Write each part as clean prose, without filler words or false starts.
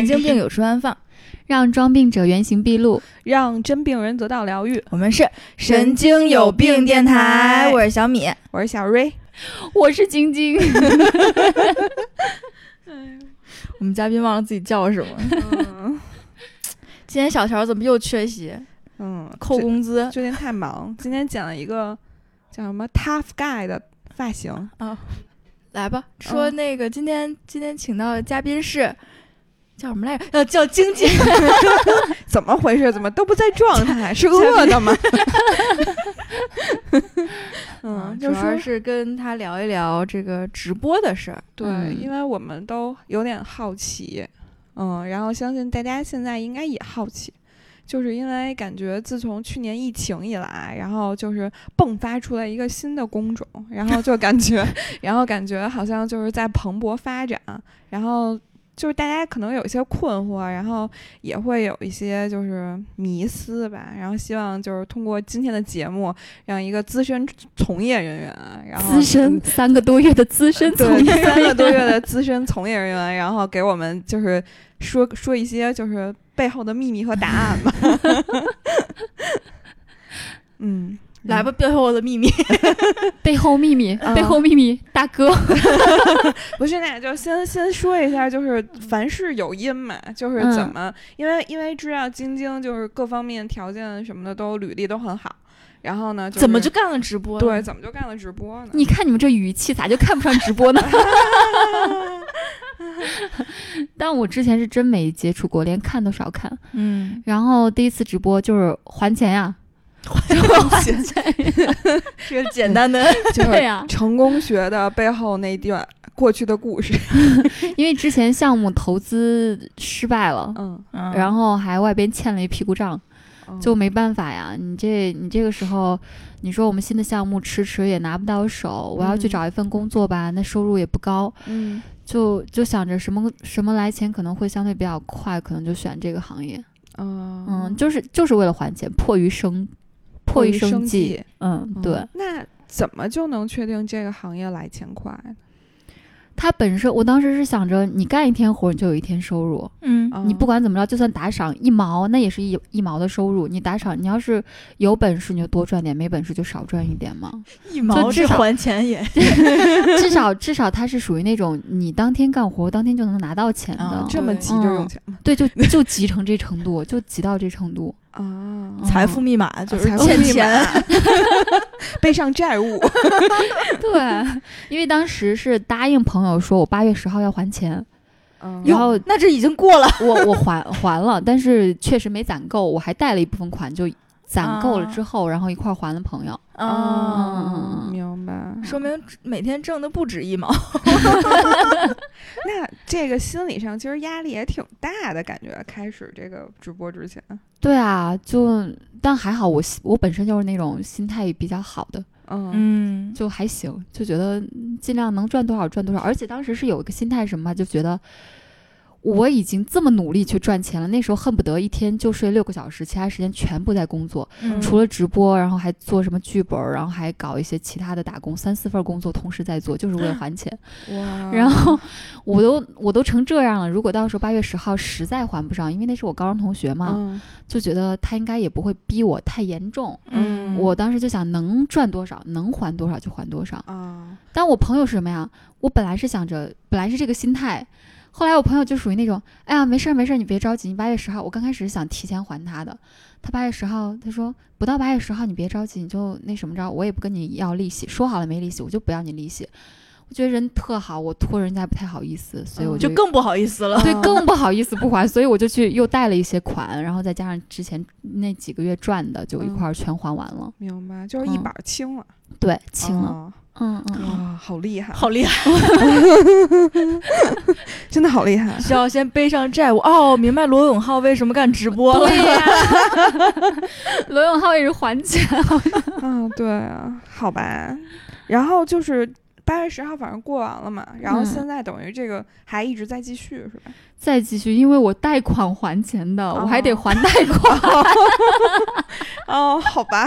经病有处安放， 让装病者原形毕露， 让真病人得到疗愈。 我们是神经有病电台，我是小米， 我是小瑞， 我是晶晶。 我们嘉宾忘了自己叫什么。今天小乔怎么又缺席？扣工资。 最近太忙，今天剪了一个叫什么 Tough Guy 的发型啊。来吧，说那个今天请到的嘉宾是叫什么来着？叫晶晶。 怎么回事？怎么都不在状态？是饿的吗？ 主要是跟他聊一聊这个直播的事儿。 对，因为我们都有点好奇，然后相信大家现在应该也好奇。就是因为感觉自从去年疫情以来，然后就是迸发出来一个新的工种，然后感觉好像就是在蓬勃发展，然后就是大家可能有一些困惑，然后也会有一些就是迷思吧，然后希望就是通过今天的节目，让一个资深从业人员，然后资深3个多月的资深从业人员 ，3个多月的资深从业人员，然后给我们就是说一些就是背后的秘密和答案吧。 来吧，背后的秘密。 背后秘密，背后秘密，大哥。 不是，那就先说一下，就是凡事有因嘛，就是怎么，因为知道晶晶就是各方面条件什么的都履历都很好，然后呢， 怎么就干了直播呢？ 对，怎么就干了直播呢？ 你看你们这语气，咋就看不上直播呢？但我之前是真没接触过，连看都少看。然后第一次直播就是还钱呀。 还钱是个简单的， 对呀，成功学的背后那段过去的故事。 因为之前项目投资失败了，然后还外边欠了一屁股账，就没办法呀。你这个时候，你说我们新的项目迟也拿不到手，我要去找一份工作吧，那收入也不高，就想着什么来钱可能会相对比较快，可能就选这个行业。就是为了还钱，迫于生计。对。 那怎么就能确定这个行业来钱快呢？ 它本身，我当时是想着，你干一天活，你就有一天收入。你不管怎么着，就算打赏1毛，那也是一毛的收入。你打赏，你要是有本事，你就多赚点；没本事就少赚一点嘛。 1毛这还钱也， 至少它是属于那种你当天干活，当天就能拿到钱的。 这么急着用钱吗？ 对，就急成这程度，就急到这程度。 财富密码就是欠钱， 背上债务。 对，因为当时是答应朋友说我8月10号要还钱，然后那这已经过了， 我还了，但是确实没攒够，我还贷了一部分款，就攒够了之后，然后一块还了朋友。 明白， 说明每天挣的不止1毛。 那这个心理上其实压力也挺大的感觉，开始这个直播之前。 对啊，但还好我本身就是那种心态比较好的，就还行，就觉得尽量能赚多少赚多少。而且当时是有一个心态什么，就觉得我已经这么努力去赚钱了，那时候恨不得一天就睡6个小时，其他时间全部在工作，除了直播，然后还做什么剧本，然后还搞一些其他的打工，3、4份工作同时在做，就是为了还钱。然后我都成这样了，如果到时候8月10号实在还不上，因为那是我高中同学嘛，就觉得他应该也不会逼我太严重。我当时就想能赚多少，能还多少就还多少。但我朋友是什么呀？我本来是这个心态。后来我朋友就属于那种，哎呀，没事，你别着急，你8月10号，我刚开始是想提前还他的，他8月10号，他说不到8月10号你别着急，你就那什么着，我也不跟你要利息，说好了没利息，我就不要你利息。我觉得人特好，我托人家不太好意思，所以我就更不好意思了。 对，更不好意思不还，所以我就去又贷了一些款，然后再加上之前那几个月赚的，就一块儿全还完了。 明白，就是一板清了。 对，清了。 哇，好厉害， 好厉害， 真的好厉害！ 需要先背上债务。明白罗永浩为什么干直播了。 对呀，罗永浩也是还钱。 对啊，好吧。然后就是8月10号反正过完了嘛，然后现在等于这个还一直在继续是吧？ 再继续，因为我贷款还钱的，我还得还贷款。 好吧。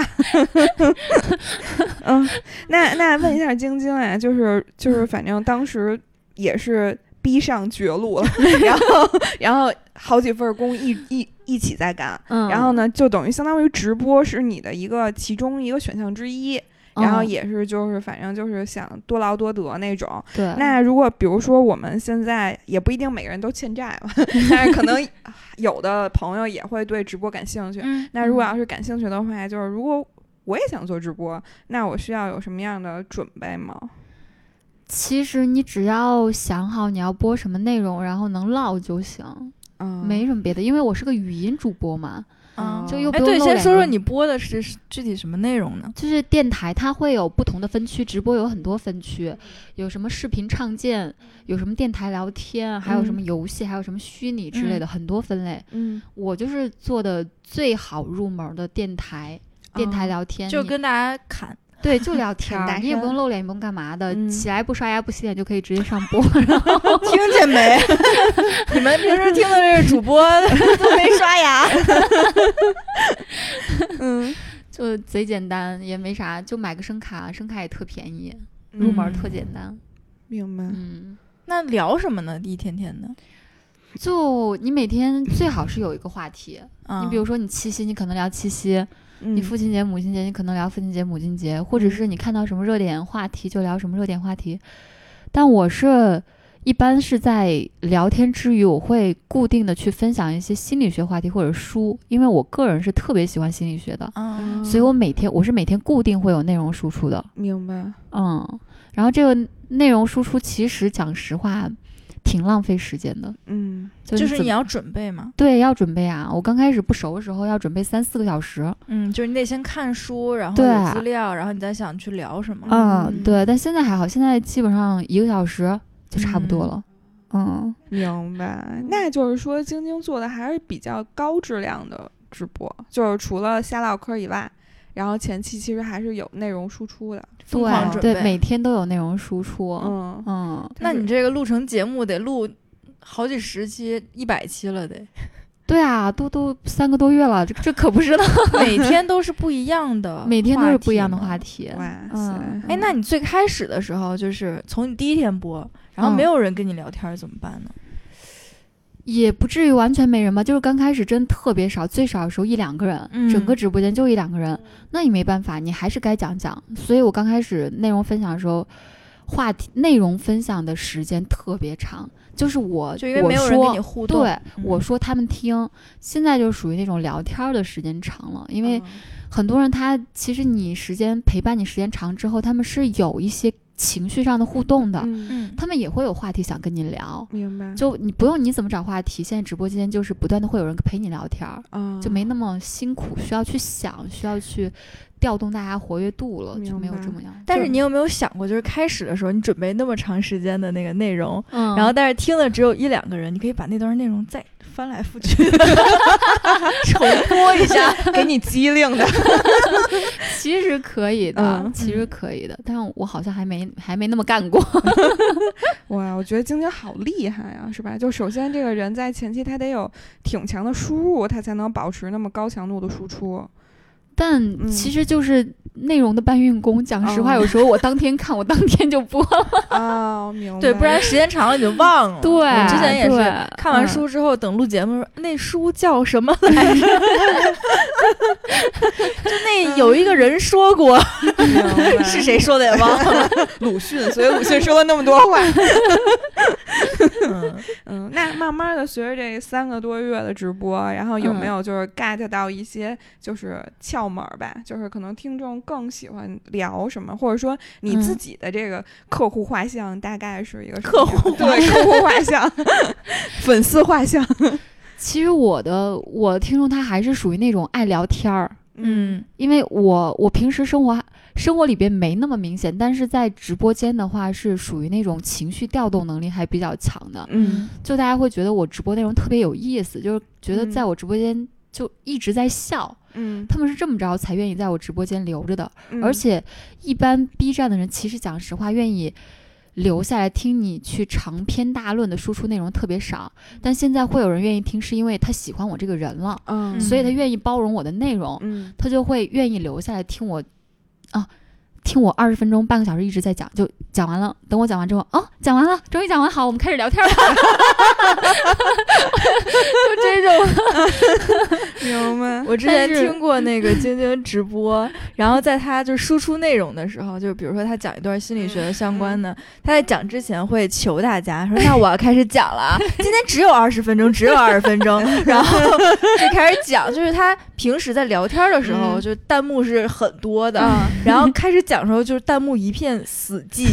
那问一下晶晶啊，就是反正当时也是逼上绝路了，然后好几份工一起在干，然后呢就等于相当于直播是你的其中一个选项之一。然后也是就是反正就是想多劳多得那种。 对。 那如果比如说我们现在也不一定每个人都欠债了，但是可能有的朋友也会对直播感兴趣。那如果要是感兴趣的话，就是如果我也想做直播，那我需要有什么样的准备吗？ 其实你只要想好你要播什么内容，然后能唠就行，没什么别的。因为我是个语音主播嘛。就又不用露脸。 对，先说说你播的是具体什么内容呢？ 就是电台它会有不同的分区，直播有很多分区，有什么视频唱见，有什么电台聊天，还有什么游戏，还有什么虚拟之类的，很多分类。我就是做的最好入门的电台聊天， 就跟大家侃。 对，就聊天，你也不用露脸，也不用干嘛的，起来不刷牙不洗脸就可以直接上播。然后听见没？你们平时听的这个主播都没刷牙。 就贼简单，也没啥，就买个声卡也特便宜，入门特简单。 明白。 那聊什么呢？一天天的， 就你每天最好是有一个话题。你比如说你七夕，你可能聊七夕。你父亲节母亲节你可能聊父亲节母亲节，或者是你看到什么热点话题就聊什么热点话题。但我是一般是在聊天之余，我会固定的去分享一些心理学话题或者书，因为我个人是特别喜欢心理学的。所以我是每天固定会有内容输出的。 明白。 然后这个内容输出其实讲实话挺浪费时间的。 就是你要准备嘛。 对，要准备啊。我刚开始不熟的时候要准备3-4个小时。 就是你得先看书，然后有资料，然后你再想去聊什么。 对。但现在还好，现在基本上1个小时就差不多了。 明白。那就是说晶晶做的还是比较高质量的直播，就是除了瞎唠嗑以外，然后前期其实还是有内容输出的。 对，每天都有内容输出。 那你这个录成节目得录好几10期100期了得。 对啊，都3个多月了，这可不是的。 每天都是不一样的， 每天都是不一样的话题。 哇塞。 那你最开始的时候，就是从你第一天播，然后没有人跟你聊天怎么办呢？ 也不至于完全没人吧，就是刚开始真特别少，最少的时候1-2个人，整个直播间就1-2个人，那你没办法，你还是该讲。所以我刚开始内容分享的时候，内容分享的时间特别长，就是就因为没有人跟你互动， 对，我说他们听。现在就属于那种聊天的时间长了，因为很多人他其实你陪伴你时间长之后，他们是有一些情绪上的互动的，他们也会有话题想跟你聊。 明白。 就你不用你怎么找话题，现在直播间就是不断的会有人陪你聊天，就没那么辛苦，需要去想，需要去调动大家活跃度了，就没有这么样。 但是你有没有想过，就是开始的时候你准备那么长时间的那个内容，然后但是听的只有1-2个人，你可以把那段内容再翻来覆去重播一下， 给你机灵的。 其实可以的，但是我好像还没那么干过。 哇，我觉得晶晶好厉害啊，是吧？就首先这个人在前期他得有挺强的输入，他才能保持那么高强度的输出。 但其实就是内容的搬运工，讲实话，有时候我当天看，我当天就播了。 明白。 对，不然时间长了你就忘了。 对， 我之前也是看完书之后，等录节目说那书叫什么来着？就那有一个人说过，是谁说的也忘了。 鲁迅，所以鲁迅说了那么多话。那慢慢的随着这3个多月的直播，然后有没有就是 get 到一些就是窍门吧？就是可能听众更喜欢聊什么，或者说你自己的这个客户画像大概是一个客户画像，粉丝画像。 其实我的听众他还是属于那种爱聊天儿。因为我平时生活里边没那么明显，但是在直播间的话是属于那种情绪调动能力还比较强的。就大家会觉得我直播内容特别有意思，就是觉得在我直播间就一直在笑。他们是这么着才愿意在我直播间留着的。而且一般 B 站的人其实讲实话愿意留下来听你去长篇大论的输出内容特别少，但现在会有人愿意听，是因为他喜欢我这个人了，所以他愿意包容我的内容，他就会愿意留下来听听我20分钟半个小时一直在讲，就讲完了，等我讲完之后，讲完了，终于讲完，好，我们开始聊天吧。就这种。 明白。 我之前听过那个晶晶直播，然后在他就输出内容的时候，就比如说他讲一段心理学相关的，他在讲之前会求大家说，那我要开始讲了啊，今天只有20分钟，只有20分钟，然后就开始讲。就是他平时在聊天的时候，就弹幕是很多的，然后开始讲的时候，就是弹幕一片死寂。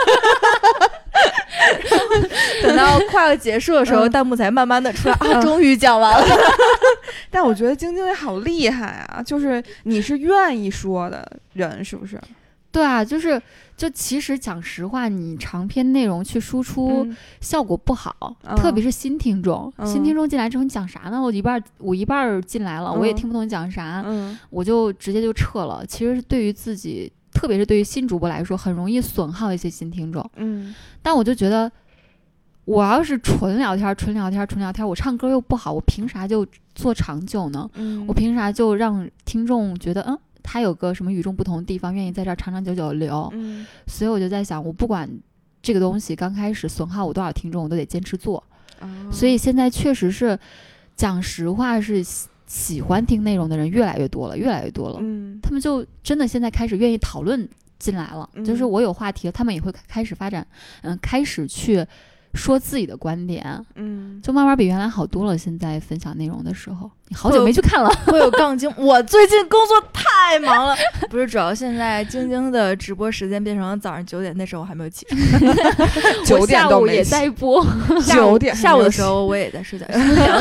等到快要结束的时候，弹幕才慢慢的出来啊，终于讲完了。 但我觉得晶晶也好厉害啊，就是你是愿意说的人，是不是？ 对啊，就其实讲实话，你长篇内容去输出效果不好，特别是新听众，新听众进来之后，你讲啥呢？我一半进来了，我也听不懂你讲啥，我就直接就撤了。其实对于自己，特别是对于新主播来说，很容易损耗一些新听众。但我就觉得，我要是纯聊天，我唱歌又不好，我凭啥就做长久呢？我凭啥就让听众觉得他有个什么与众不同的地方，愿意在这儿长长久久留？所以我就在想，我不管这个东西刚开始损耗我多少听众，我都得坚持做。所以现在确实是讲实话，是喜欢听内容的人越来越多了。他们就真的现在开始愿意讨论进来了，就是我有话题了，他们也会开始发展，开始去说自己的观点，就慢慢比原来好多了。现在分享内容的时候，你好久没去看了， 会有杠精。我最近工作太忙了，不是，主要现在晶晶的直播时间变成了早上9点，那时候我还没有起床 ，9点都没也在播 ，9点下午的时候我也在睡觉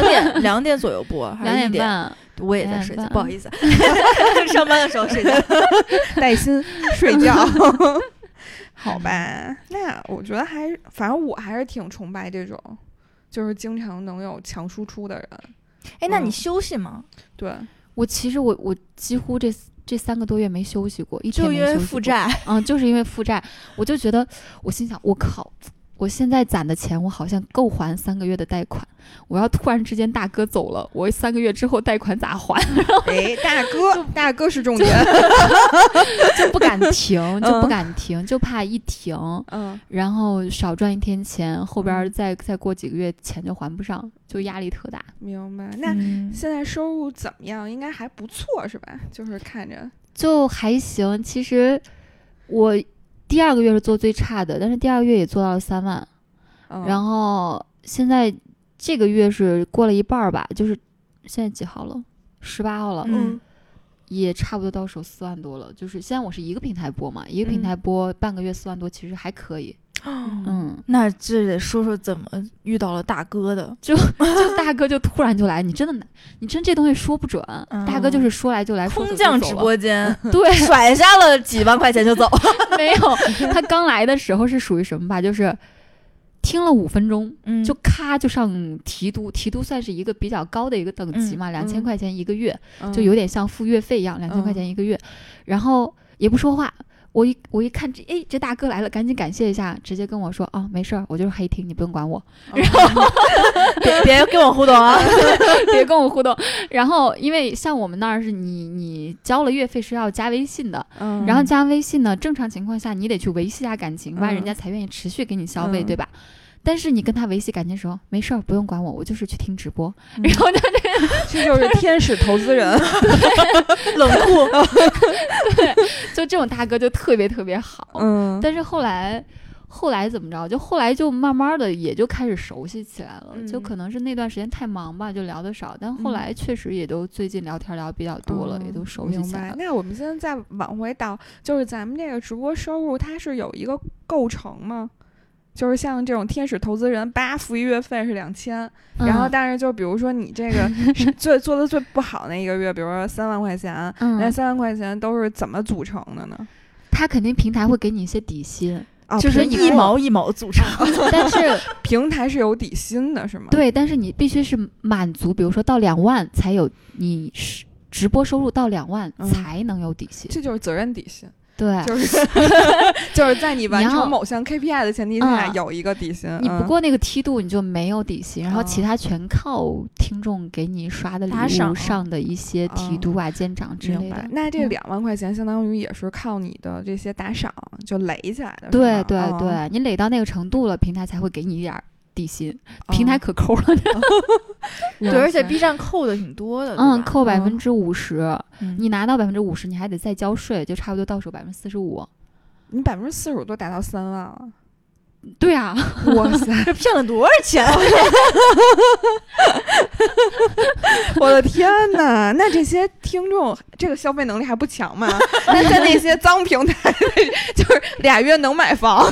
，2点左右播 ，2点半我也在睡觉，不好意思，上班的时候睡觉， 带薪睡觉。好吧，那我觉得反正我还是挺崇拜这种，就是经常能有强输出的人。 那你休息吗？ 对， 我其实我几乎这3个多月没休息过，一天没休息过， 就因为负债。 就是因为负债，我就觉得，我心想，我靠，我现在攒的钱，我好像够还3个月的贷款。我要突然之间大哥走了，我3个月之后贷款咋还？ 大哥是重点， 就不敢停，就怕一停，然后少赚1天钱，后边再过几个月钱就还不上，就压力特大。 明白？那现在收入怎么样？应该还不错是吧？就是看着就还行。其实我第2个月是做最差的，但是第2个月也做到了3万，然后现在这个月是过了一半吧，就是现在几号了？18号了，也差不多到手4万多了。就是现在我是一个平台播嘛，一个平台播半个月4万多，其实还可以。 那这得说说怎么遇到了大哥的， 就大哥就突然就来，你真这东西说不准，大哥就是说来就来， 空降直播间， 对， 甩下了几万块钱就走。 没有，他刚来的时候是属于什么吧，就是听了5分钟，就咔就上提督算是一个比较高的一个等级嘛，2000块钱一个月，就有点像付月费一样，2000块钱一个月，然后也不说话。我一看这大哥来了，赶紧感谢一下，直接跟我说没事儿，我就是黑听，你不用管我。然后别跟我互动啊， 别跟我互动。然后因为像我们那儿是你交了月费是要加微信的，然后加微信呢，正常情况下你得去维系下感情吧，人家才愿意持续给你消费，对吧？但是你跟他维系感情的时候，没事儿，不用管我，我就是去听直播。然后这就是天使投资人， 冷酷。 对，就这种大哥就特别特别好。但是后来怎么着？就后来就慢慢的也就开始熟悉起来了。就可能是那段时间太忙吧，就聊得少。但后来确实也都最近聊天聊比较多了，也都熟悉起来了。 那我们现在再往回倒，就是咱们这个直播收入，它是有一个构成吗？就是像这种天使投资人付一月费是2000，然后但是就比如说你这个做的最不好那一个月，比如说3万块钱，那3万块钱都是怎么组成的呢？ 他肯定平台会给你一些底薪， 就是1毛1毛组成， 但是平台是有底薪的是吗？ 对，但是你必须是满足，比如说到2万才有，你直播收入到2万才能有底薪， 这就是责任底薪。 对， 就是在你完成某项 KPI 的前提下有一个底薪， 你不过那个梯度你就没有底薪，然后其他全靠听众给你刷的礼物上的一些梯度啊、监奖之类的。 那这2万块钱相当于也是靠你的这些打赏就垒起来的。 对对对，你垒到那个程度了，平台才会给你一点底薪，平台可抠了。 对，而且 B 站扣的挺多的， 扣50%，你拿到50%，你还得再交税，就差不多到手45%。 你40%都达到3万了。 对啊， 哇塞，这骗了多少钱？ 我的天哪！那这些听众这个消费能力还不强吗？那在那些脏平台，就是2月能买房。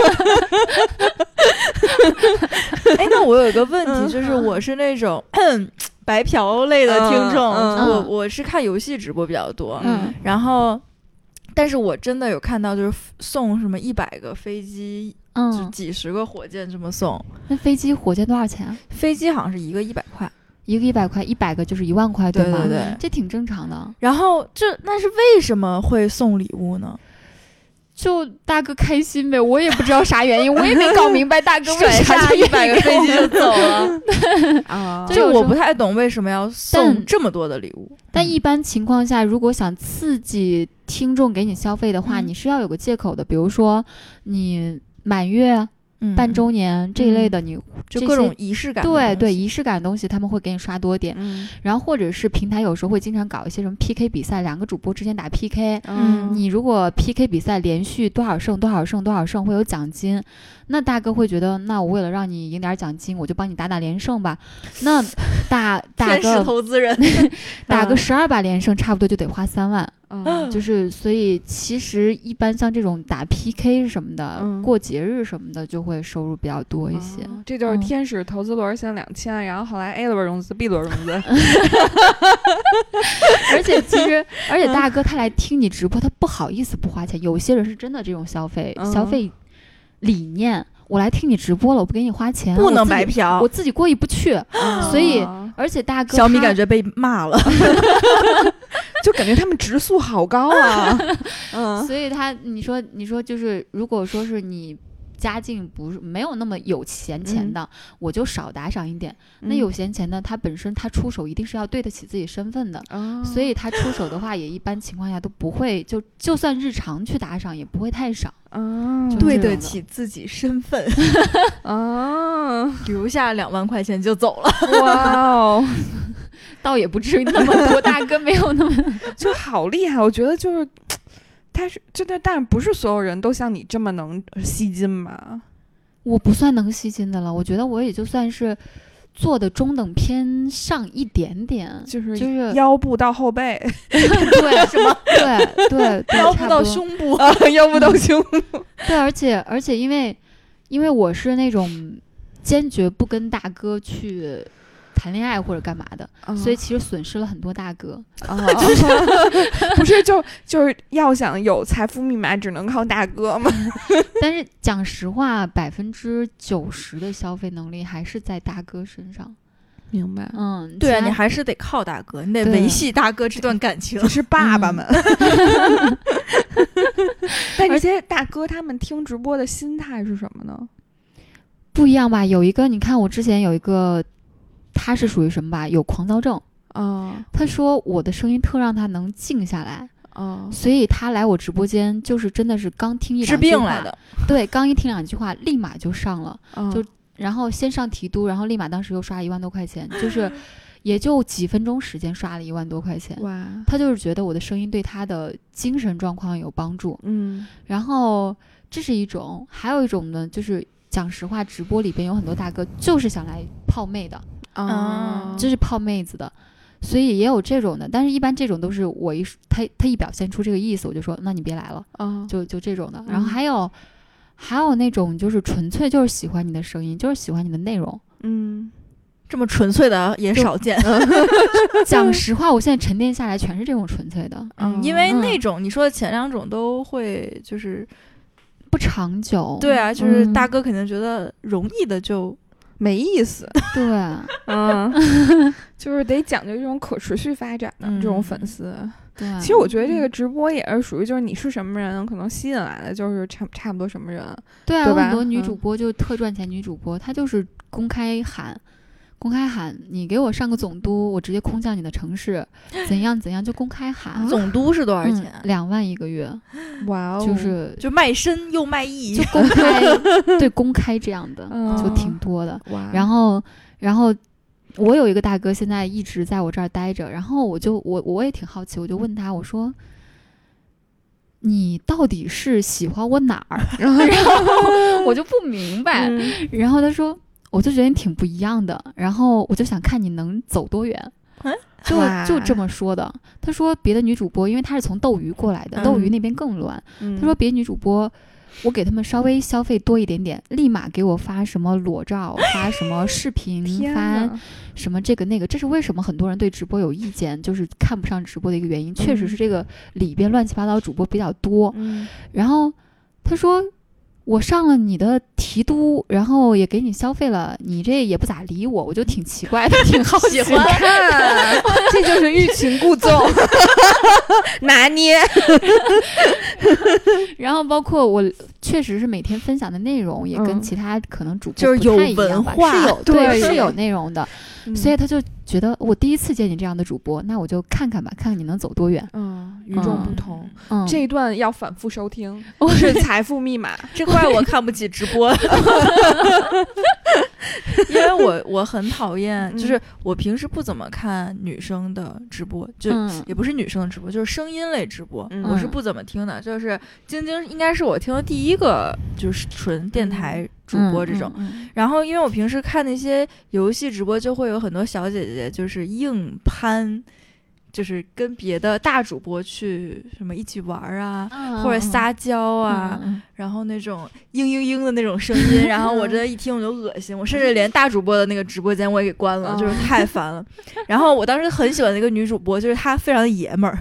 哎，那我有一个问题，就是我是那种白嫖类的听众，我是看游戏直播比较多，然后，但是我真的有看到就是送什么100个飞机。就几十个火箭这么送。 那飞机火箭多少钱啊？ 飞机好像是一个100块 ，1个100块，100个就是1万块，对吗？ 对对对， 这挺正常的。 然后那是为什么会送礼物呢？ 就大哥开心呗，我也不知道啥原因，我也没搞明白大哥为啥就100个飞机就走了。就我不太懂为什么要送这么多的礼物。 但一般情况下，如果想刺激听众给你消费的话，你是要有个借口的，比如说你满月、半周年这一类的，你就各种仪式感， 对对，仪式感的东西他们会给你刷多点。然后或者是平台有时候会经常搞一些什么 PK 比赛，2个主播之间打 PK，你如果 PK 比赛连续多少胜会有奖金，那大哥会觉得，那我为了让你赢点奖金，我就帮你打连胜吧。那打天使投资人打个12把连胜，差不多就得花3万。就是所以其实一般像这种打 PK 什么的，过节日什么的就会收入比较多一些。 这就是天使投资轮先2000，然后后来 A 轮融资 B 轮融资。 而且大哥他来听你直播，他不好意思不花钱。有些人是真的这种消费理念，我来听你直播了，我不给你花钱， 不能白嫖， 我自己过意不去。所以而且大哥小米感觉被骂了。 就感觉他们质素好高啊。 所以你说就是如果说是你家境没有那么有钱的，我就少打赏一点。那有闲钱的，他本身他出手一定是要对得起自己身份的，所以他出手的话也一般情况下都不会，就算日常去打赏也不会太少。 对得起自己身份。留下2万块钱就走了。 哇哦。 倒也不至于那么多，大哥没有那么就好厉害。我觉得就是他是真的，但不是所有人都像你这么能吸金吧？ 我不算能吸金的了，我觉得我也就算是做的中等偏上一点点，就是腰部到后背。 对，什么？对， 腰部到胸部， 腰部到胸部。 对，而且因为我是那种坚决不跟大哥去谈恋爱或者干嘛的，所以其实损失了很多大哥。 不是就是要想有财富密码，只能靠大哥吗？ 但是讲实话，90%的消费能力还是在大哥身上。 明白。 对啊，你还是得靠大哥，你得维系大哥这段感情。 是爸爸们。但这些大哥他们听直播的心态是什么呢？ 不一样吧？有一个，你看我之前有一个。他是属于什么吧？有狂躁症。他说我的声音特让他能静下来。所以他来我直播间就是真的是刚听一两句话，治病来的。 对，刚一听2句话，立马就上了。然后先上提督，然后立马当时又刷1万多块钱，就是也就几分钟时间刷了1万多块钱。 哇！ 他就是觉得我的声音对他的精神状况有帮助。然后这是一种，还有一种呢，就是讲实话，直播里边有很多大哥就是想来泡妹的。就是泡妹子的，所以也有这种的，但是一般这种都是他一表现出这个意思，我就说那你别来了。就这种的。然后还有那种就是纯粹就是喜欢你的声音，就是喜欢你的内容。 这么纯粹的也少见。 讲实话，我现在沉淀下来全是这种纯粹的。 因为那种你说的前2种都会就是不长久。 对啊，就是大哥肯定觉得容易的就没意思。 对， 就是得讲究这种可持续发展的这种粉丝。 对， 其实我觉得这个直播也是属于，就是你是什么人，可能吸引来的就是差不多什么人。 对啊， 对吧？ 很多女主播就特赚钱，女主播她就是公开喊，你给我上个总督，我直接空降你的城市，怎样怎样，就公开喊。 总督是多少钱 ？2万1个月。 哇哦， 就卖身又卖艺， 就公开对，公开这样的就挺多的。 哇， 然后我有一个大哥现在一直在我这儿待着，然后我也挺好奇，我就问他，我说你到底是喜欢我哪儿？然后我就不明白，然后他说我就觉得你挺不一样的，然后我就想看你能走多远。就这么说的。他说别的女主播，因为他是从斗鱼过来的，斗鱼那边更乱。他说别的女主播，我给他们稍微消费多一点点，立马给我发什么裸照，发什么视频，发什么这个那个。这是为什么很多人对直播有意见，就是看不上直播的一个原因。确实是这个里边乱七八糟主播比较多。然后他说我上了你的提督，然后也给你消费了，你这也不咋理我，我就挺奇怪的，挺好奇欢看，这就是欲擒故纵，拿捏。 然后包括我确实是每天分享的内容也跟其他可能主播就是有文化， 是有内容的，所以他就觉得我第一次见你这样的主播，那我就看看吧，看看你能走多远。 与众不同。这一段要反复收听，是财富密码。 真怪我看不起直播。因为我很讨厌，就是我平时不怎么看女生的直播，就也不是女生的直播，就是声音类直播，我是不怎么听的。就是晶晶应该是我听的第一个就是纯电台主播这种。然后因为我平时看那些游戏直播，就会有很多小姐姐就是硬攀，就是跟别的大主播去什么一起玩啊，或者撒娇啊，然后那种嘤的那种声音，然后我真的一听我就恶心，我甚至连大主播的那个直播间我也给关了，就是太烦了。然后我当时很喜欢那个女主播，就是她非常的爷们儿，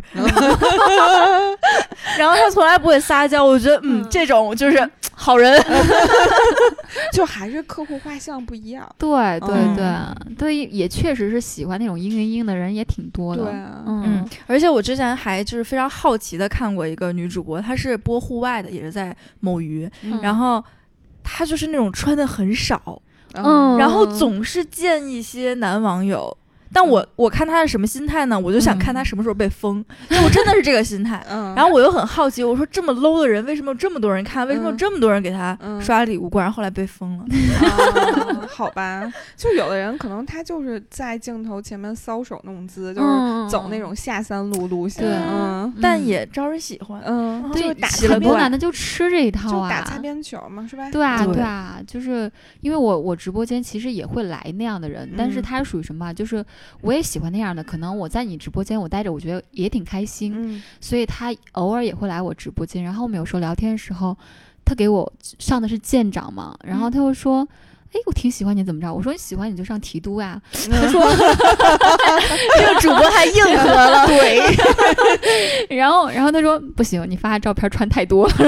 然后她从来不会撒娇，我觉得这种就是好人。 就还是客户画像不一样。 对，也确实是喜欢那种嘤的人也挺多的。 对啊。 而且我之前还就是非常好奇的看过一个女主播，她是播户外的，也是在某鱼，然后她就是那种穿的很少，然后总是见一些男网友。但我看他是什么心态呢？我就想看他什么时候被封，我真的是这个心态。然后我又很好奇，我说这么 low 的人为什么有这么多人看？为什么有这么多人给他刷礼物？果然后来被封了。 好吧，就有的人可能他就是在镜头前面搔首弄姿，就是走那种下三路路线。 但也招人喜欢。 对， 打很多男的就吃这一套啊， 就打擦边球嘛，是吧？ 对啊，就是因为我直播间其实也会来那样的人，但是他属于什么？就是我也喜欢那样的，可能我在你直播间我待着，我觉得也挺开心，所以他偶尔也会来我直播间。然后我们有时候聊天的时候，他给我上的是舰长嘛，然后他就说：“哎，我挺喜欢你，怎么着？”我说：“你喜欢你就上提督呀。”他说：“ 这个主播还硬核了。” 对。然后他说：“不行，你发的照片穿太多了。”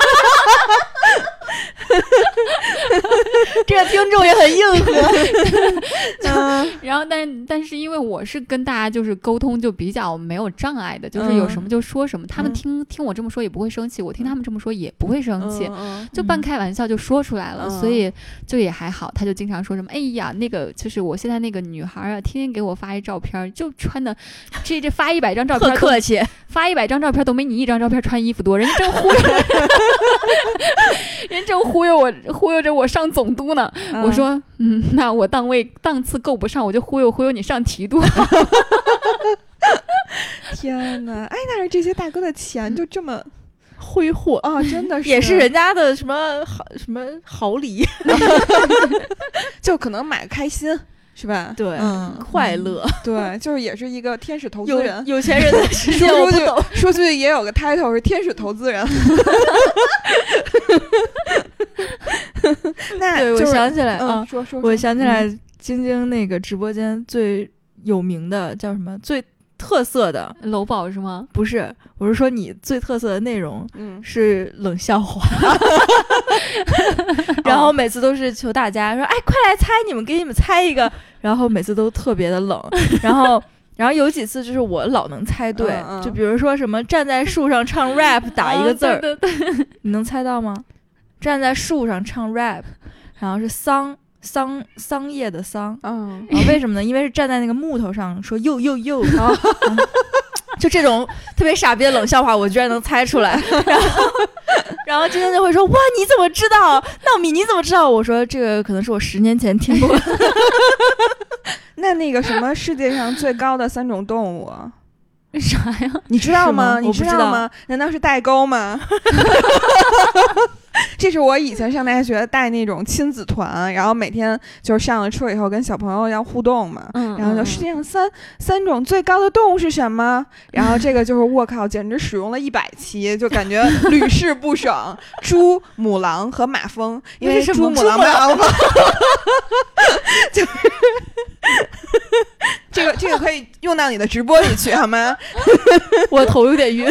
这个听众也很硬核。 然后但是因为我是跟大家就是沟通就比较没有障碍的，就是有什么就说什么，他们听我这么说也不会生气，我听他们这么说也不会生气，就半开玩笑就说出来了，所以就也还好。他就经常说什么，哎呀，那个就是我现在那个女孩啊，天天给我发一照片，就穿的这发100张照片， 特客气， 发100张照片都没你1张照片穿衣服多，人家正忽悠人正忽悠着我上总督呢。我说那我档次够不上，我就忽悠你上提督。 天哪，哎，那是这些大哥的钱就这么挥霍啊，真的是也是人家的什么好礼。 就可能买个开心是吧？ 对，快乐。 对，就是也是一一个天使投资人， 有钱人的世界我不懂。 说句也有个 title 是天使投资人。那对，我想起来说我想起来晶晶那个直播间最有名的叫什么？最特色的楼宝是吗？ 不是，我是说你最特色的内容是冷笑话，然后每次都是求大家说，哎，快来猜，给你们猜一个，然后每次都特别的冷，然后有几次就是我老能猜对，就比如说什么站在树上唱 rap 打一个字儿， 对， 你能猜到吗？站在树上唱 rap， 然后是桑叶的桑，然后为什么呢？因为是站在那个木头上说又，就这种特别傻逼的冷笑话，我居然能猜出来。然后今天就会说，哇，你怎么知道？糯米你怎么知道？我说这个可能是我10年前听过。 那个什么世界上最高的3种动物？ 啥呀？ 你知道吗？ 你知道吗？难道是代沟吗？这是我以前上大学带那种亲子团，然后每天就是上了车以后跟小朋友要互动嘛，然后就世界上三种最高的动物是什么？然后这个就是我靠，简直使用了100期，就感觉屡试不爽。猪、母狼和马蜂，因为猪、母狼、马蜂，就是这个可以用到你的直播里去好吗？ 我头有点晕。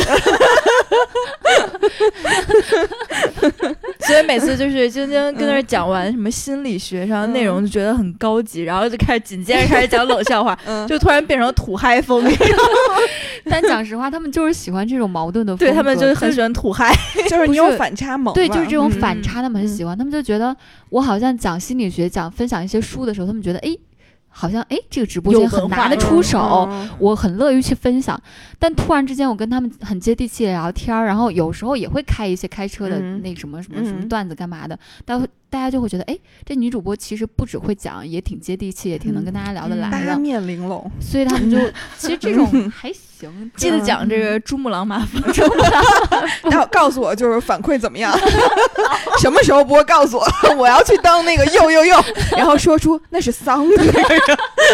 所以每次就是晶晶跟那儿讲完什么心理学上的内容，就觉得很高级，然后就紧接着开始讲冷笑话，就突然变成土嗨风。 但讲实话，他们就是喜欢这种矛盾的风格， 对，他们就是很喜欢土嗨， 就是你有反差萌。 对，就是这种反差，他们很喜欢。他们就觉得我好像讲心理学、分享一些书的时候，他们觉得好像这个直播间很拿得出手，我很乐于去分享。但突然之间我跟他们很接地气的聊天，然后有时候也会开一些开车的那什么段子干嘛的，大家就会觉得这女主播其实不只会讲，也挺接地气，也挺能跟大家聊得来的， 八面玲珑。 所以他们就其实这种还行。 记得讲这个珠穆朗玛峰， 然后告诉我就是反馈怎么样，什么时候播告诉我，我要去当那个又，然后说出那是桑的那个人。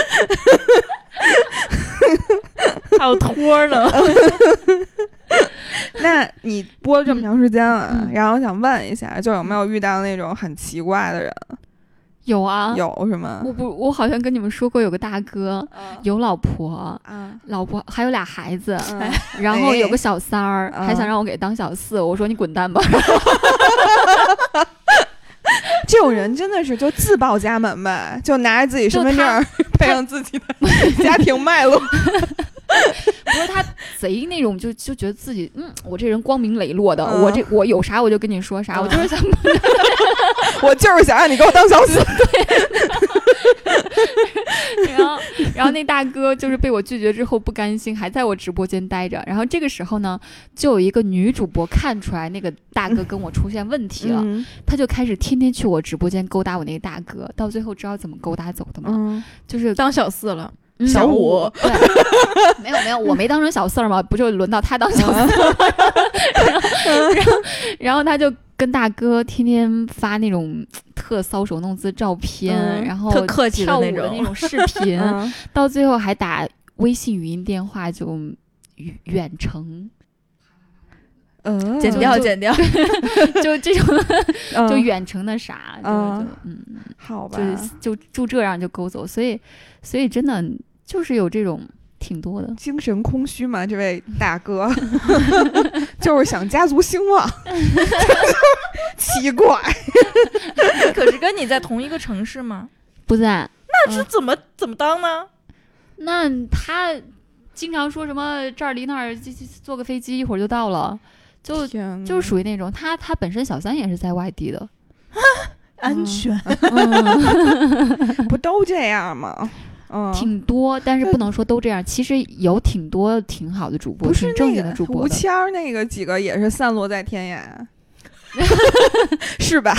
还有托呢。 那你播了这么长时间了，然后我想问一下，就有没有遇到那种很奇怪的人？ 有啊， 有是吗？ 我好像跟你们说过，有个大哥，有老婆，老婆还有俩孩子，然后有个小三儿，还想让我给当小四，我说你滚蛋吧。 这种人真的是就自报家门呗，就拿着自己身份证配上自己的家庭脉络。 不是他贼那种，就觉得自己我这人光明磊落的，我有啥我就跟你说啥，我就是想， 我就是想让你给我当小四。 然后那大哥就是被我拒绝之后不甘心，还在我直播间待着。然后这个时候呢，就有一个女主播看出来那个大哥跟我出现问题了，他就开始天天去我直播间勾搭我那个大哥，到最后知道怎么勾搭走的吗？就是当小四了。 小五，对，没有，我没当成小四儿嘛，不就轮到他当小四了？然后他就跟大哥天天发那种特搔首弄姿照片，然后特客气的那种视频，到最后还打微信语音电话，就远程。 剪掉， 就这种，就远程的啥， 好吧， 就这样就勾走，所以真的就是有这种挺多的精神空虚嘛，这位大哥就是想家族兴旺，奇怪。 可是跟你在同一个城市吗？ 不在。 那是怎么当呢？ 那他经常说什么这儿离那儿坐个飞机一会儿就到了。就是属于那种他本身小三也是在外地的， 安全， 不都这样吗？ 挺多，但是不能说都这样。其实有挺多挺好的主播， 不是挺正经的主播的。 吴谦儿那个几个也是散落在天涯，是吧？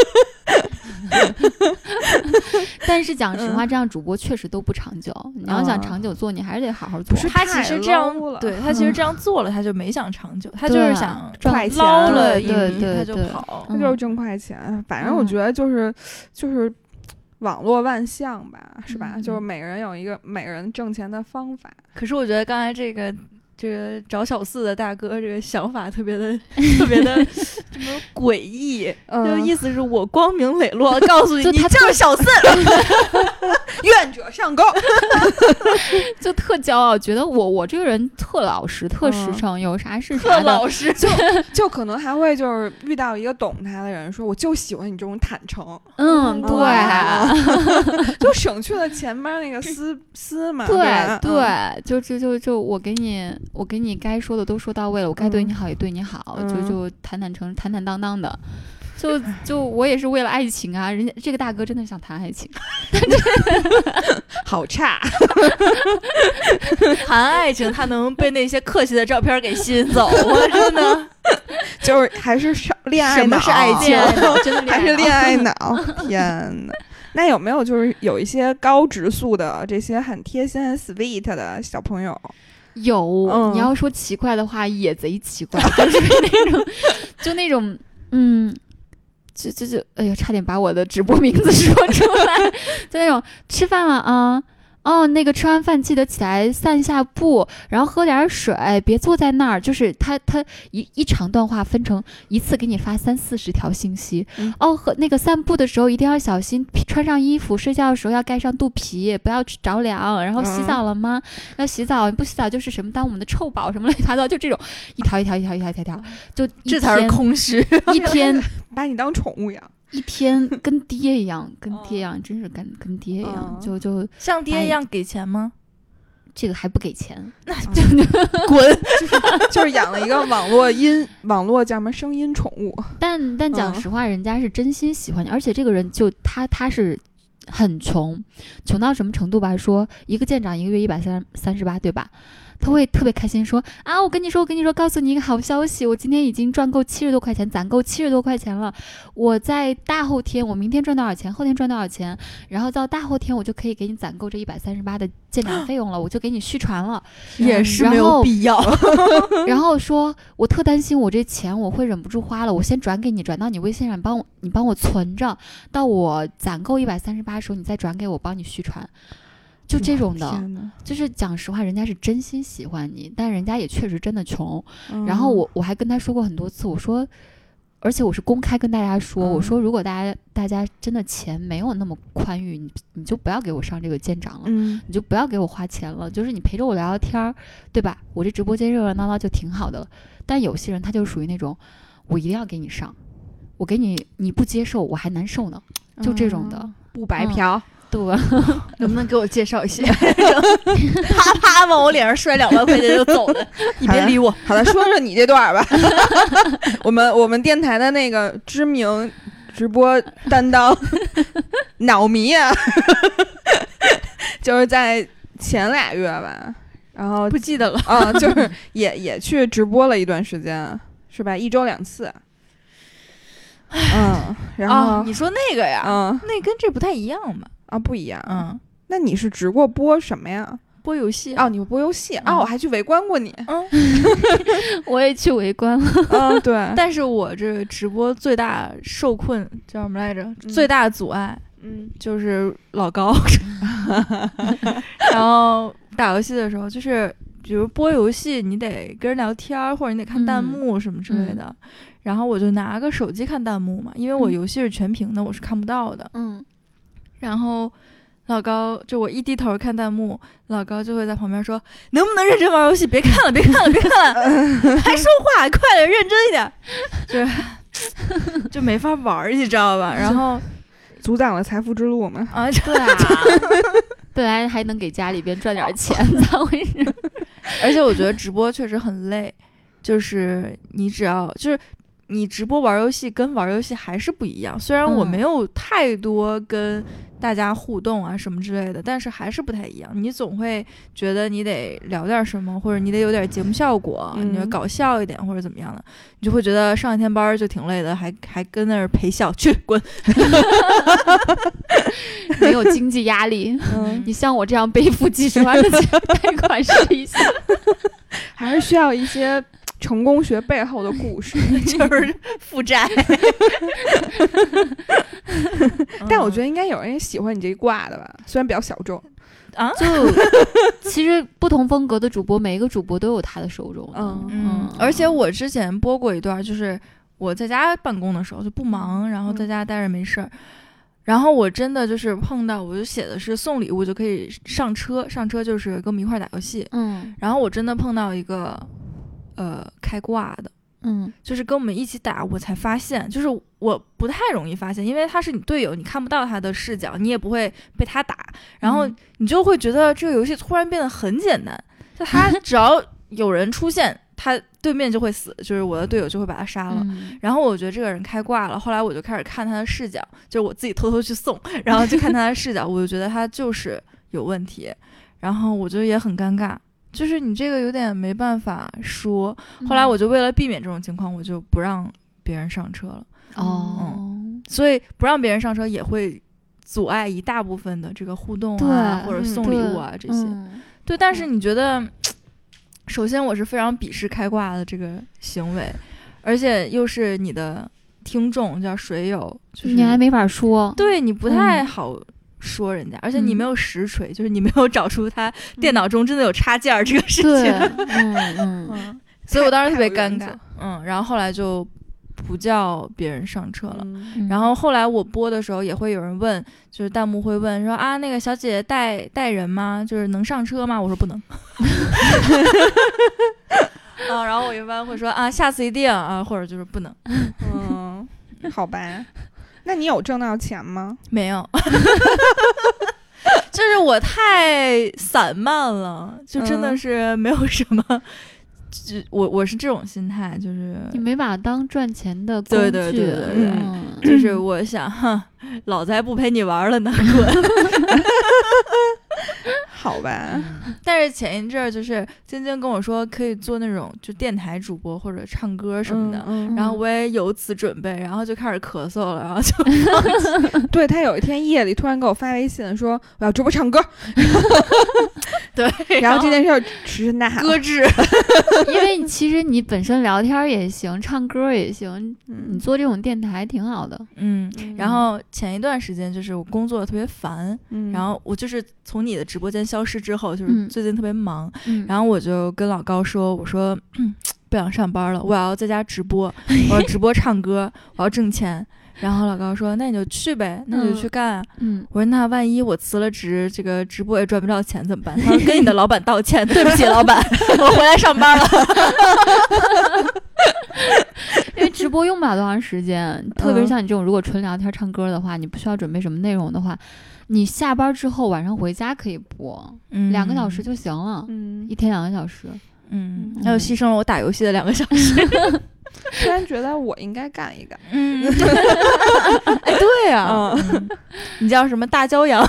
但是讲实话，这样主播确实都不长久。你要想长久做，你还是得好好做。 他其实这样，对他其实这样做了，他就没想长久，他就是想快钱， 捞了一笔他就跑， 他就是挣快钱。反正我觉得就是网络万象吧，是吧？就是每个人有一个每个人挣钱的方法。 可是我觉得刚才这个这个找小四的大哥这个想法特别的什么诡异，就意思是我光明磊落告诉你，你就是小四， 愿者上钩， 就特骄傲，觉得我这个人特老实、特实诚，有啥是啥的。 特老实， 就可能还会就是遇到一个懂他的人，说我就喜欢你这种坦诚。 对， 就省去了前面那个丝嘛。 对，就我给你该说的都说到位了，我该对你好也对你好，就坦荡荡的。就我也是为了爱情啊，人家这个大哥真的想谈爱情， 好差， 谈爱情他能被那些客气的照片给吸引走，我真的就是还是恋爱脑， 什么是爱情？ 真的还是恋爱脑，天哪！那有没有就是有一些高质素的这些很贴心很 sweet 的小朋友？ 有，你要说奇怪的话也贼奇怪，就是那种就哎呀，差点把我的直播名字说出来。就那种吃饭了啊，那个吃完饭记得起来散下步，然后喝点水，别坐在那儿。就是他一长段话分成一次给你发30-40条信息。和那个散步的时候一定要小心，穿上衣服，睡觉的时候要盖上肚皮，不要着凉。然后洗澡了吗？要洗澡，不洗澡就是什么当我们的臭宝什么乱七八糟，就这种一条，就这才是空虚。 一天把你当宠物养。 一天跟爹一样，真是跟爹一样，就像爹一样给钱吗？ 这个还不给钱， 那就滚！ 就是养了一个网络叫什么声音宠物。但讲实话，人家是真心喜欢你，而且这个人就他是很穷到什么程度吧？说一个舰长一个月138，对吧？他会特别开心说啊，我跟你说，告诉你一个好消息，我今天已经赚够70多块钱，攒够70多块钱了。我在大后天，我明天赚多少钱，后天赚多少钱，然后到大后天我就可以给你攒够这138的舰长费用了，我就给你续船了。 也是没有必要。 然后说我特担心我这钱我会忍不住花了，我先转给你，转到你微信上，你帮我存着，到我攒够138的时候你再转给我，帮你续船。就这种的，就是讲实话，人家是真心喜欢你，但人家也确实真的穷。然后我还跟他说过很多次，我说，而且我是公开跟大家说，我说如果大家真的钱没有那么宽裕，你就不要给我上这个舰长了，你就不要给我花钱了，就是你陪着我聊聊天，对吧？我这直播间热热闹闹就挺好的了。但有些人他就属于那种，我一定要给你上，我给你不接受我还难受呢，就这种的， 不白嫖。 对， 能不能给我介绍一些？啪啪往我脸上摔2万块钱就走了，你别理我。 好了，说说你这段吧。我们电台的那个知名直播担当脑迷啊，就是在前2月吧，然后不记得了就是也去直播了一段时间，是吧？1周2次。然后你说那个呀，那跟这不太一样吧？ 不一样。那你是直过播什么呀？ 播游戏你播游戏我还去围观过你。 我也去围观了。 对。 但是我这直播最大受困叫什么来着？最大的阻碍，就是老高。然后打游戏的时候，就是比如播游戏，你得跟人聊天，或者你得看弹幕什么之类的。然后我就拿个手机看弹幕嘛，因为我游戏是全屏的，我是看不到的。然后老高就我一低头看弹幕，老高就会在旁边说：“能不能认真玩游戏？别看了，别看了，别看了，还说话，快点，认真一点。”就没法玩，你知道吧？然后阻挡了财富之路嘛。 对啊，本来还能给家里边赚点钱，咋回事？ 而且我觉得直播确实很累，就是你只要就是你直播玩游戏跟玩游戏还是不一样，虽然我没有太多跟大家互动啊什么之类的，但是还是不太一样。你总会觉得你得聊点什么，或者你得有点节目效果，你要搞笑一点或者怎么样的，你就会觉得上一天班就挺累的，还跟那儿陪笑，去滚。 没有经济压力，你像我这样背负几10万的贷款试一下， 还是需要一些成功学背后的故事， 就是负债。 但我觉得应该有人也喜欢你这一挂的吧，虽然比较小众。 啊， 就其实不同风格的主播，每一个主播都有他的受众。 而且我之前播过一段，就是我在家办公的时候就不忙，然后在家待着没事儿。然后我真的就是碰到，我就写的是送礼物就可以上车就是跟我们一块儿打游戏。然后我真的碰到一个开挂的，就是跟我们一起打，我才发现，就是我不太容易发现，因为他是你队友，你看不到他的视角，你也不会被他打，然后你就会觉得这个游戏突然变得很简单，就他只要有人出现，他对面就会死，就是我的队友就会把他杀了。然后我觉得这个人开挂了，后来我就开始看他的视角，就是我自己偷偷去送，然后就看他的视角，我就觉得他就是有问题，然后我就也很尴尬，就是你这个有点没办法说。后来我就为了避免这种情况，我就不让别人上车了。所以不让别人上车也会阻碍一大部分的这个互动啊，或者送礼物啊这些。对，但是你觉得？首先我是非常鄙视开挂的这个行为，而且又是你的听众叫水友，就是你还没法说， 对，你不太好说人家，而且你没有实锤，就是你没有找出他电脑中真的有插件这个事情。所以我当时特别尴尬。然后后来就不叫别人上车了。然后后来我播的时候也会有人问，就是弹幕会问说啊，那个小姐姐带人吗？就是能上车吗？我说不能。然后我一般会说啊，下次一定啊，或者就是不能。 好吧。那你有挣到钱吗？ 没有。就是我太散漫了，就真的是没有什么。我是这种心态，就是你没把它当赚钱的工具。 对，就是我想，老子还不陪你玩了呢，滚。 好吧。 但是前一阵儿就是晶晶跟我说可以做那种就电台主播或者唱歌什么的，然后我也有此准备，然后就开始咳嗽了，然后就对，他有一天夜里突然给我发微信说我要直播唱歌。 对， 然后这件事儿迟迟搁置。 因为其实你本身聊天也行，唱歌也行，你做这种电台挺好的。 然后前一段时间就是我工作特别烦，然后我就是从你的直播间消失之后，就是最近特别忙，然后我就跟老高说，我说不想上班了，我要在家直播，我要直播唱歌，我要挣钱。然后老高说那你就去呗，那你就去干啊。我说那万一我辞了职，这个直播也赚不着钱怎么办？他说跟你的老板道歉，对不起老板，我回来上班了。 因为直播用不了多长时间，特别是像你这种如果纯聊天唱歌的话，你不需要准备什么内容的话，你下班之后晚上回家可以播，2个小时就行了。一天2个小时。 还有牺牲了我打游戏的2个小时。 突然觉得我应该干一干。 哎，对呀。你叫什么大骄阳？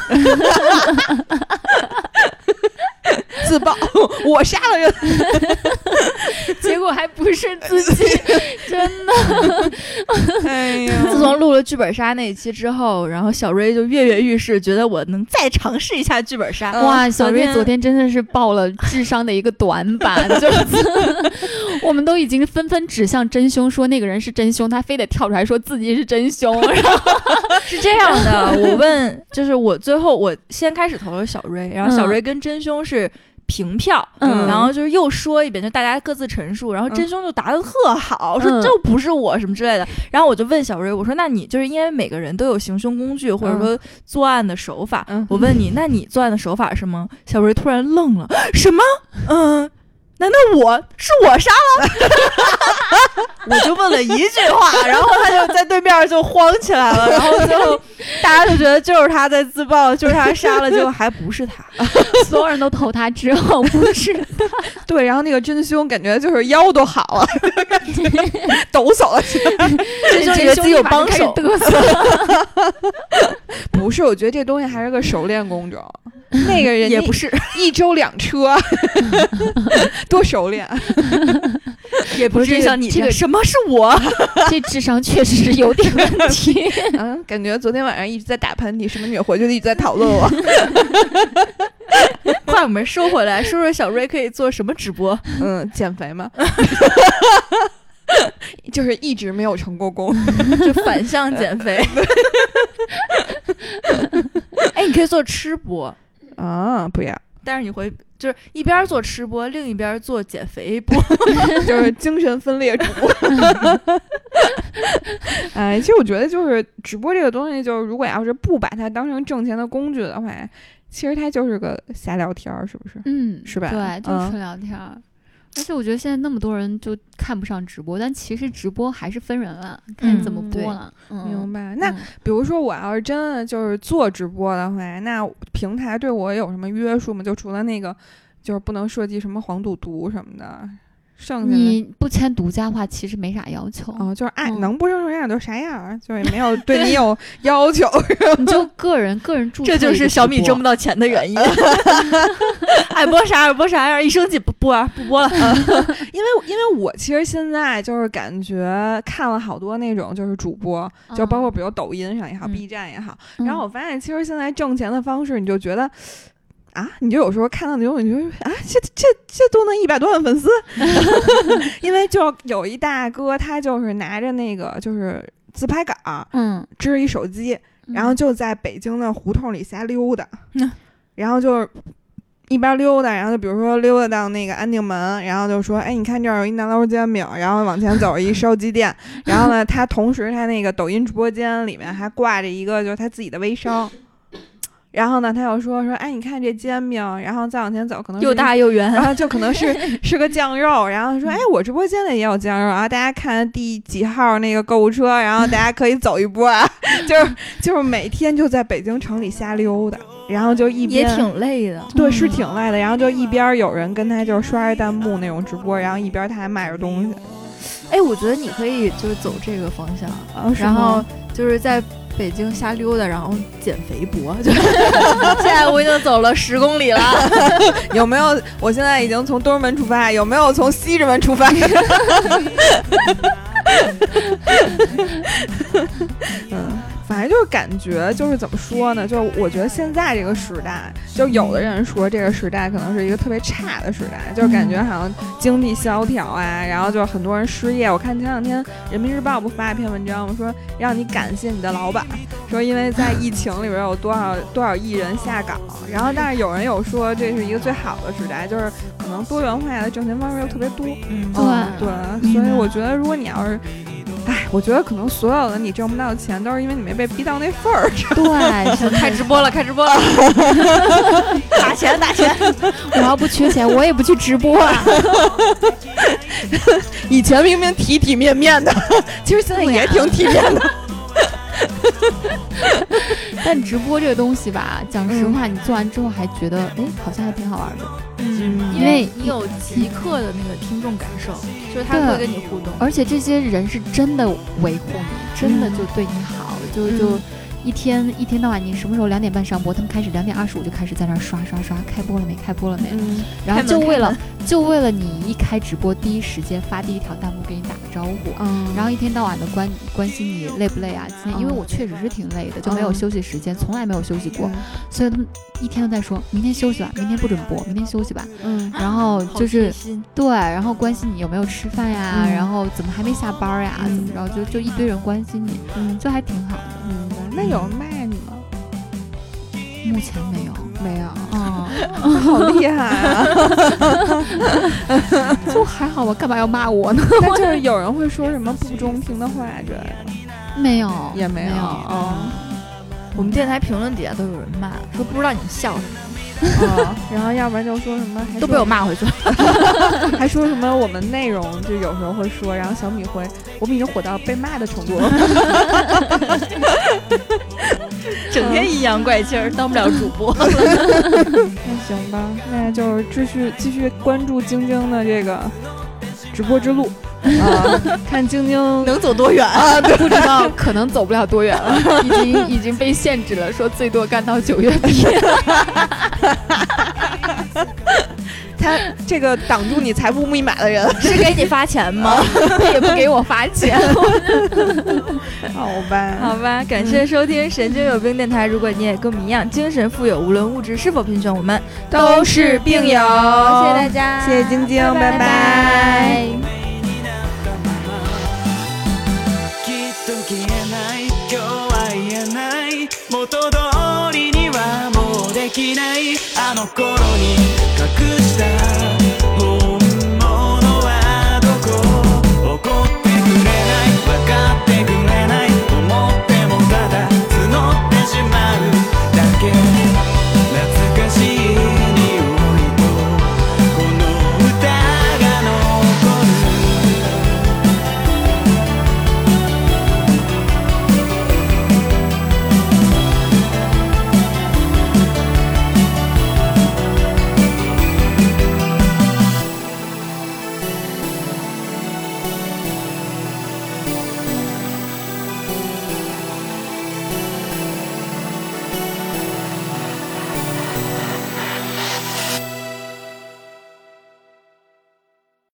自爆，我杀了人。 结果还不是自己。真的。 哎呀， 自从录了剧本杀那一期之后，然后小瑞就跃跃欲试，觉得我能再尝试一下剧本杀。 哇，小瑞昨天真的是爆了智商的一个短板。就是我们都已经纷纷指向真凶，说那个人是真凶，他非得跳出来说自己是真凶。 是这样的，我问，就是我最后我先开始投了小瑞，然后小瑞跟真凶是平票，然后就是又说一遍，就大家各自陈述，然后真凶就答得特好，说这不是我什么之类的。然后我就问小瑞，我说那你就是因为每个人都有行凶工具或者说作案的手法，我问你，那你作案的手法是什么？小瑞突然愣了，什么？难道我杀了？我就问了一句话，然后他就在对面就慌起来了，然后最后大家就觉得就是他在自爆，就是他杀了，结果还不是他。 所有人都投他之后不是他。 对，然后那个真凶感觉就是腰都好了，抖擞了起来。 真凶以为自己有帮手。 不是，我觉得这东西还是个熟练工种。那个人也不是 1周2车，多熟练。 也不是像你这个什么是我？ 这智商确实是有点问题。 感觉昨天晚上一直在打喷嚏，什么女回去一直在讨论我。 快，我们收回来，说说小瑞可以做什么直播？ 减肥吗？就是一直没有成过功， 就反向减肥。哎，你可以做吃播。 啊，不要。 但是你会就是一边做吃播，另一边做减肥播， 就是精神分裂主播。其实我觉得就是直播这个东西，就是如果要是不把它当成挣钱的工具的话，其实它就是个瞎聊天，是不是？ 是吧？对，就是纯聊天。而且我觉得现在那么多人就看不上直播，但其实直播还是分人了，看怎么播了。 明白。那比如说我要是真的就是做直播的话，那平台对我有什么约束吗？就除了那个，就是不能涉及什么黄赌毒什么的。 你不签独家的话，其实没啥要求就是能播成什么样就啥样，就也没有对你有要求。 你就个人注册， 这就是小米挣不到钱的原因。爱播啥播啥样，一生气不播了。 因为我其实现在就是感觉看了好多那种就是主播，就包括比如抖音上也好，B 站也好，然后我发现其实现在挣钱的方式，你就觉得。你就有时候看到那种，你就这都能100多万粉丝，因为就有一大哥，他就是拿着那个就是自拍杆，支着一手机，然后就在北京的胡同里瞎溜达，然后就是一边溜达，然后就比如说溜达到那个安定门，然后就说，你看这儿有一南楼煎饼，然后往前走一烧鸡店，然后呢，他同时他那个抖音直播间里面还挂着一个就是他自己的微商。然后呢，他又说，你看这煎饼，然后再往前走，可能又大又圆， 然后就可能是个酱肉，然后说，我直播间里也有酱肉啊，大家看第几号那个购物车，然后大家可以走一波啊，就是每天就在北京城里瞎溜达，然后就一边也挺累的， 对，是挺累的，然后就一边有人跟他就是刷着弹幕那种直播，然后一边他还卖着东西。 我觉得你可以就是走这个方向，然后就是在北京瞎溜达，然后减肥播。现在我已经走了10公里了， 有没有？我现在已经从东直门出发，有没有从西直门出发？反正就是感觉就是怎么说呢，就是我觉得现在这个时代，就有的人说这个时代可能是一个特别差的时代，就感觉好像经济萧条啊，然后就很多人失业。我看前两天人民日报不发一篇文章吗，说让你感谢你的老板，说因为在疫情里边有多少艺人下岗，然后但是有人有说这是一个最好的时代，就是可能多元化的挣钱方式又特别多。对，所以我觉得如果你要是我觉得可能所有的你挣不到钱都是因为你没被逼到那份儿。 对， 开直播了，打钱！ 我要不缺钱，我也不去直播啊。 以前明明体体面面的，其实现在也挺体面的。 但直播这个东西吧，讲实话，你做完之后还觉得，好像还挺好玩的。 因为你有即刻的那个听众感受，就是他会跟你互动， 而且这些人是真的维护你，真的就对你好，就一天到晚，你什么时候2点半上播，他们开始2点25就开始在那刷，开播了没？然后就为了你一开直播第一时间发第一条弹幕给你打个招呼，然后一天到晚的关心你累不累啊？今天因为我确实是挺累的，就没有休息时间，从来没有休息过，所以他们一天都在说明天休息吧，明天不准播，明天休息吧。然后就是对，然后关心你有没有吃饭呀，然后怎么还没下班呀，怎么着，就一堆人关心你，就还挺好的。 那有人骂你吗？ 目前没有好厉害啊！ 就还好吧，干嘛要骂我呢？ 那就是有人会说什么不中听的话之类的， 没有， 也没有。 我们电台评论底下都有人骂，说不知道你们笑什么。 然后要不然就说什么都被我骂回去了， 还说什么我们内容就有时候会说，然后小米会我们已经火到被骂的程度了， 整天阴阳怪气儿，当不了主播。 那行吧，那就继续关注晶晶的这个直播之路。看晶晶能走多远啊？对，不知道，可能走不了多远了，已经被限制了，说最多干到9月底。 他这个挡住你财富密码的人是给你发钱吗？ 他也不给我发钱。 好吧， 感谢收听神经有病电台。如果你也跟我们一样精神富有，无论物质是否贫穷，我们都是病友。 谢谢大家， 谢谢晶晶，拜拜。 元通りにはもうできない心に隠